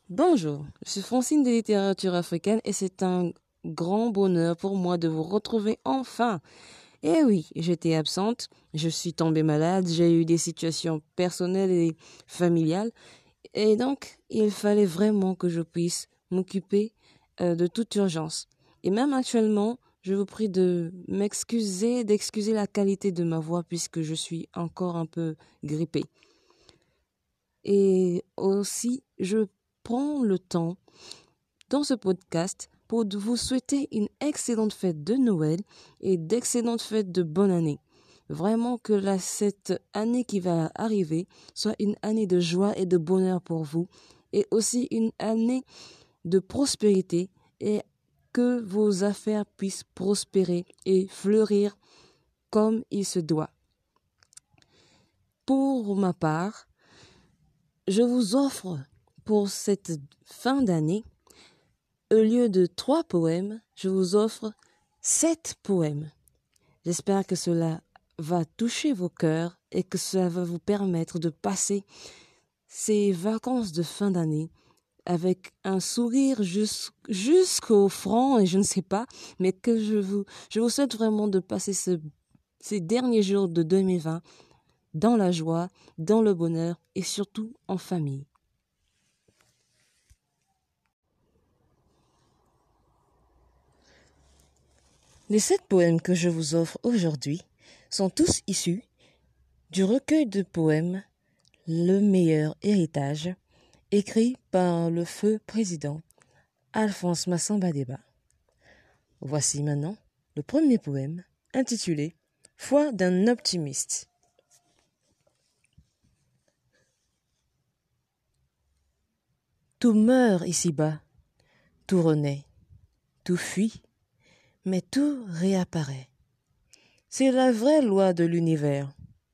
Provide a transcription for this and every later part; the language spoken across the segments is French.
Bonjour, je suis Francine de littérature africaine et c'est un grand bonheur pour moi de vous retrouver enfin. Eh oui, j'étais absente, je suis tombée malade, j'ai eu des situations personnelles et familiales et donc il fallait vraiment que je puisse m'occuper de toute urgence. Et même actuellement, je vous prie de m'excuser, d'excuser la qualité de ma voix puisque je suis encore un peu grippée. Et aussi, je prends le temps dans ce podcast pour vous souhaiter une excellente fête de Noël et d'excellentes fêtes de bonne année. Vraiment que cette année qui va arriver soit une année de joie et de bonheur pour vous et aussi une année de prospérité et que vos affaires puissent prospérer et fleurir comme il se doit. Pour ma part, je vous offre pour cette fin d'année, au lieu de 3 poèmes, je vous offre 7 poèmes. J'espère que cela va toucher vos cœurs et que cela va vous permettre de passer ces vacances de fin d'année avec un sourire jusqu'au front, et je ne sais pas, mais que je vous souhaite vraiment de passer ces derniers jours de 2020 dans la joie, dans le bonheur et surtout en famille. Les 7 poèmes que je vous offre aujourd'hui sont tous issus du recueil de poèmes Le meilleur héritage, écrit par le feu président Alphonse Massamba Deba. Voici maintenant le premier poème intitulé Foi d'un optimiste. Tout meurt ici-bas, tout renaît, tout fuit, mais tout réapparaît. C'est la vraie loi de l'univers.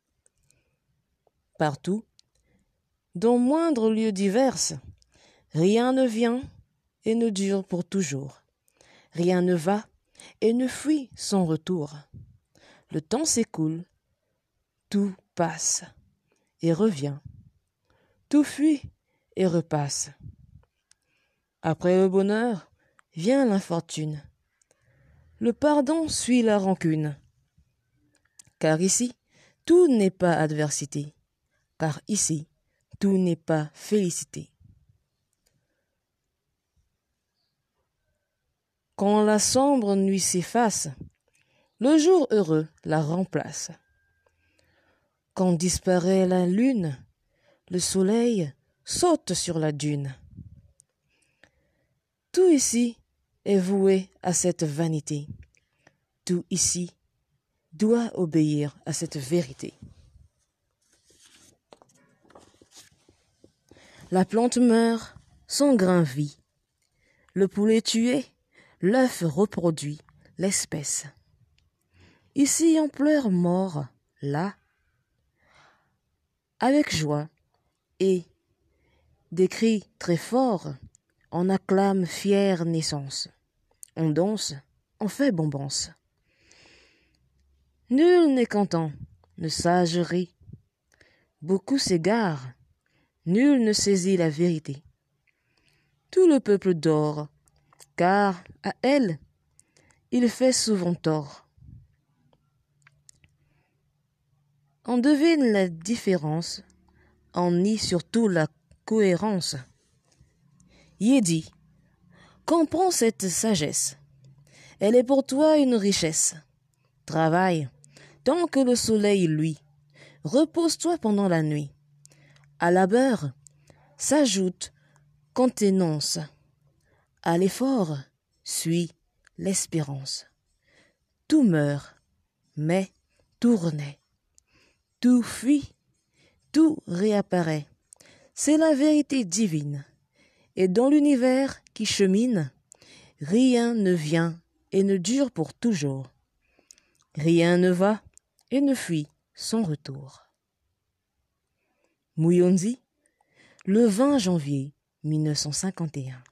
Partout, dans moindre lieu divers, rien ne vient et ne dure pour toujours. Rien ne va et ne fuit son retour. Le temps s'écoule, tout passe et revient. Tout fuit et repasse. Après le bonheur, vient l'infortune. Le pardon suit la rancune. Car ici, tout n'est pas adversité. Car ici, tout n'est pas félicité. Quand la sombre nuit s'efface, le jour heureux la remplace. Quand disparaît la lune, le soleil saute sur la dune. Tout ici est voué à cette vanité. Tout ici doit obéir à cette vérité. La plante meurt, son grain vit. Le poulet tué, l'œuf reproduit, l'espèce. Ici on pleure mort, là, avec joie, et des cris très forts, on acclame fière naissance. On danse, on fait bombance. Nul n'est content, le sage rit. Beaucoup s'égarent, nul ne saisit la vérité. Tout le peuple dort, car à elle, il fait souvent tort. On devine la différence, on nie surtout la cohérence. Yédi, comprends cette sagesse. Elle est pour toi une richesse. Travaille, tant que le soleil luit. Repose-toi pendant la nuit. À la beurre s'ajoute contenance. À l'effort suit l'espérance. Tout meurt, mais tout renaît. Tout fuit, tout réapparaît. C'est la vérité divine. Et dans l'univers qui chemine, rien ne vient et ne dure pour toujours. Rien ne va et ne fuit son retour. Muyonzi, le 20 janvier 1951.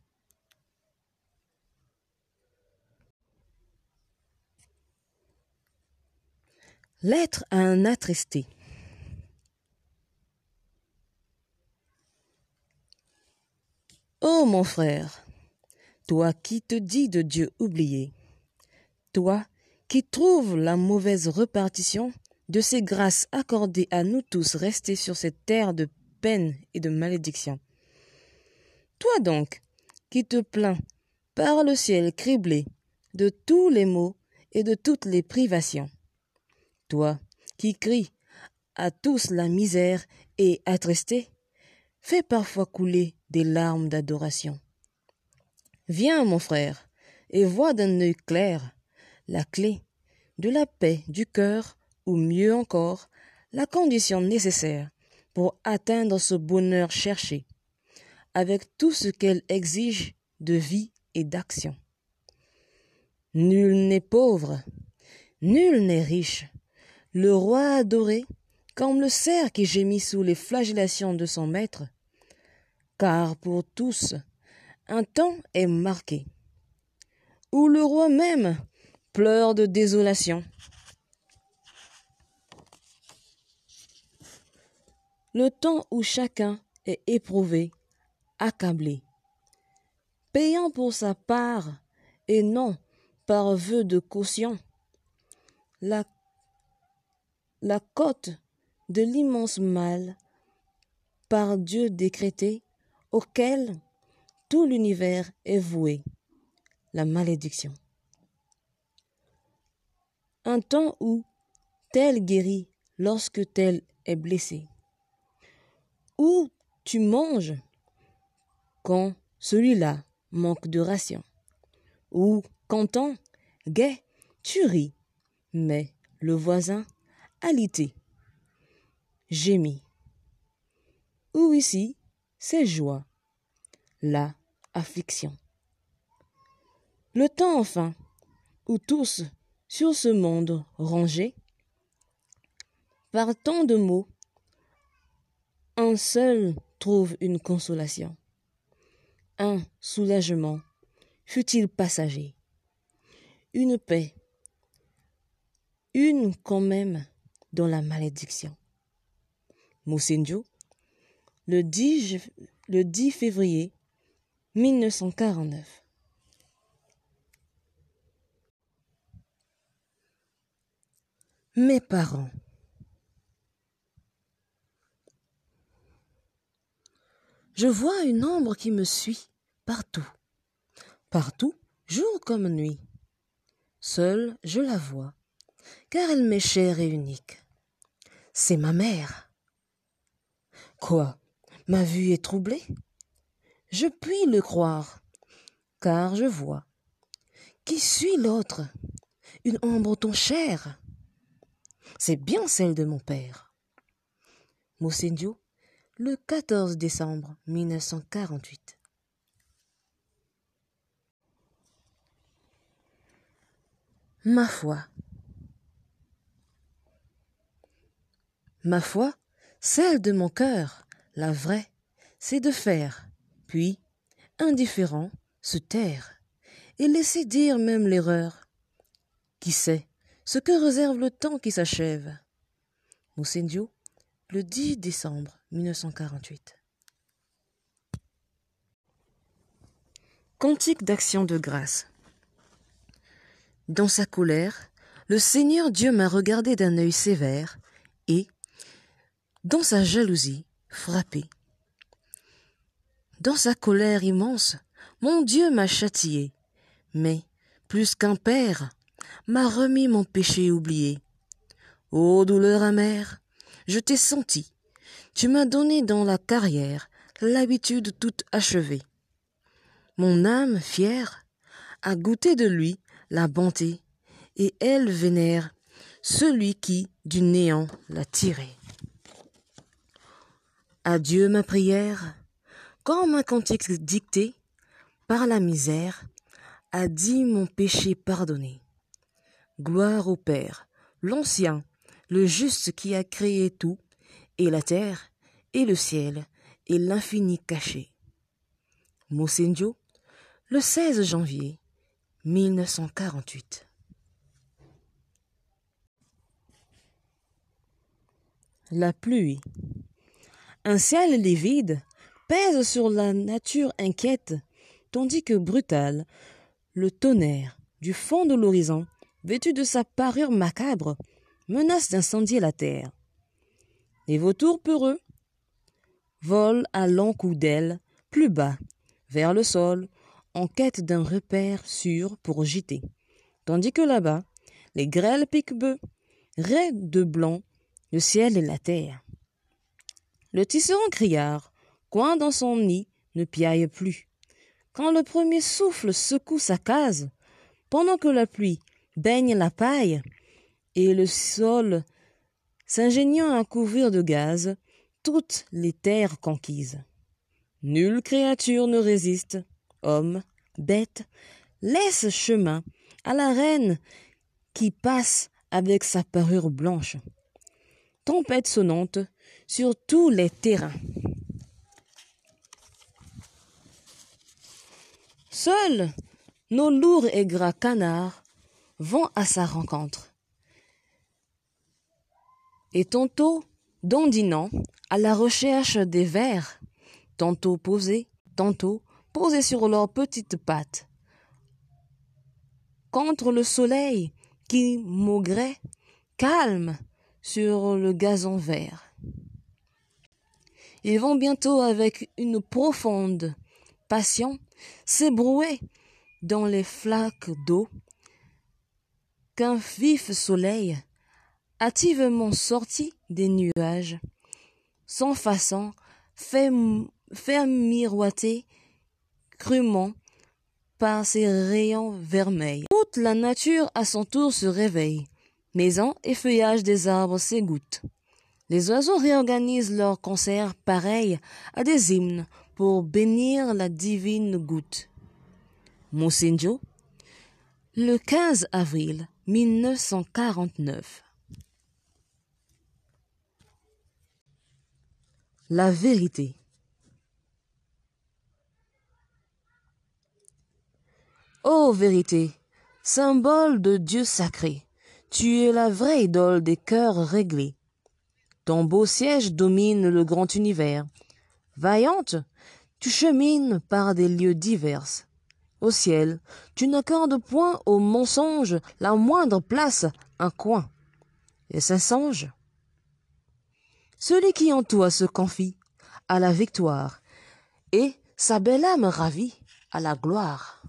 Lettre à un attristé. Ô mon frère, toi qui te dis de Dieu oublié, toi qui trouves la mauvaise répartition de ces grâces accordées à nous tous restés sur cette terre de peine et de malédiction. Toi donc, qui te plains par le ciel criblé de tous les maux et de toutes les privations. Toi, qui cries à tous la misère et attristé, fais parfois couler des larmes d'adoration. Viens, mon frère, et vois d'un œil clair la clé de la paix du cœur, ou mieux encore, la condition nécessaire pour atteindre ce bonheur cherché, avec tout ce qu'elle exige de vie et d'action. Nul n'est pauvre, nul n'est riche. Le roi adoré, comme le cerf qui gémit sous les flagellations de son maître, car pour tous, un temps est marqué, où le roi même pleure de désolation. Le temps où chacun est éprouvé, accablé, payant pour sa part et non par vœu de caution la cote de l'immense mal par Dieu décrété auquel tout l'univers est voué, la malédiction. Un temps où tel guérit lorsque tel est blessé, où tu manges quand celui-là manque de ration, ou content, gai, tu ris, mais le voisin, alité, gémit. Ou ici, c'est joie, là, affliction. Le temps enfin, où tous, sur ce monde rangé, par tant de mots, un seul trouve une consolation, un soulagement, fut-il passager, une paix, une quand même dans la malédiction. Moussindio, le 10 février 1949. Mes parents. Je vois une ombre qui me suit partout, partout, jour comme nuit. Seule je la vois, car elle m'est chère et unique. C'est ma mère. Quoi, ma vue est troublée? Je puis le croire, car je vois. Qui suit l'autre? Une ombre ton chère? C'est bien celle de mon père. Moussindio, le 14 décembre 1948. Ma foi. Ma foi, celle de mon cœur, la vraie, c'est de faire, puis, indifférent, se taire, et laisser dire même l'erreur. Qui sait ce que réserve le temps qui s'achève? Moussindio, le 10 décembre 1948. Cantique d'action de grâce. Dans sa colère, le Seigneur Dieu m'a regardé d'un œil sévère et, dans sa jalousie, frappé. Dans sa colère immense, mon Dieu m'a châtié, mais, plus qu'un père, m'a remis mon péché oublié. Ô douleur amère, je t'ai senti, tu m'as donné dans la carrière l'habitude toute achevée. Mon âme fière a goûté de lui la bonté, et elle vénère celui qui du néant l'a tiré. Adieu ma prière, comme un cantique dicté par la misère, a dit mon péché pardonné. Gloire au Père, l'ancien, le juste qui a créé tout, et la terre, et le ciel, et l'infini caché. Moussindio, le 16 janvier 1948. La pluie. Un ciel livide, pèse sur la nature inquiète, tandis que brutal, le tonnerre, du fond de l'horizon, vêtu de sa parure macabre, menace d'incendier la terre. Les vautours peureux volent à longs coups d'ailes, plus bas, vers le sol, en quête d'un repère sûr pour gîter, tandis que là-bas, les grêles piquebœufs raides de blanc le ciel et la terre. Le tisserand criard, coin dans son nid, ne piaille plus. Quand le premier souffle secoue sa case, pendant que la pluie baigne la paille, et le sol s'ingéniant à couvrir de gaz toutes les terres conquises. Nulle créature ne résiste, homme, bête, laisse chemin à la reine qui passe avec sa parure blanche. Tempête sonnante sur tous les terrains. Seuls nos lourds et gras canards vont à sa rencontre. Et tantôt dandinant à la recherche des vers, tantôt posés sur leurs petites pattes, contre le soleil qui maugrait, calme sur le gazon vert. Ils vont bientôt avec une profonde passion s'ébrouer dans les flaques d'eau qu'un vif soleil, hâtivement sorti des nuages, sans façon, fait miroiter crûment par ses rayons vermeils. Toute la nature à son tour se réveille. Maisons et feuillages des arbres s'égouttent. Les oiseaux réorganisent leurs concerts pareils à des hymnes pour bénir la divine goutte. Monsenjo, le 15 avril 1949. La vérité. Ô vérité, symbole de Dieu sacré, tu es la vraie idole des cœurs réglés. Ton beau siège domine le grand univers. Vaillante, tu chemines par des lieux divers. Au ciel, tu n'accordes point au mensonge la moindre place, un coin. Est-ce un songe? Celui qui en toi se confie à la victoire, et sa belle âme ravie à la gloire.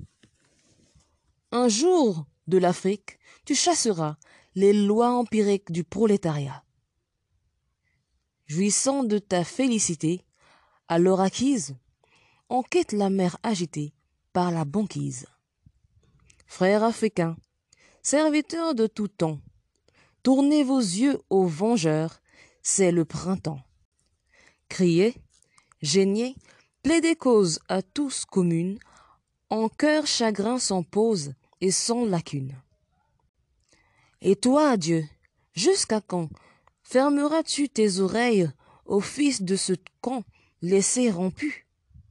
Un jour, de l'Afrique, tu chasseras les lois empiriques du prolétariat. Jouissant de ta félicité, alors acquise, on quitte la mer agitée par la banquise. Frères africains, serviteurs de tout temps, tournez vos yeux aux vengeurs, c'est le printemps. Criez, geignez, plaidez cause à tous communes, en cœur chagrin sans pause et sans lacune. Et toi, Dieu, jusqu'à quand fermeras-tu tes oreilles au fils de ce camp laissé rompu?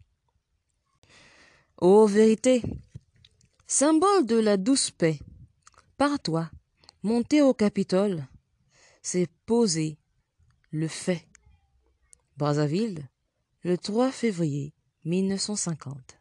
Ô vérité, symbole de la douce paix, par toi, monter au Capitole, c'est poser le fait. Brazzaville, le 3 février 1950.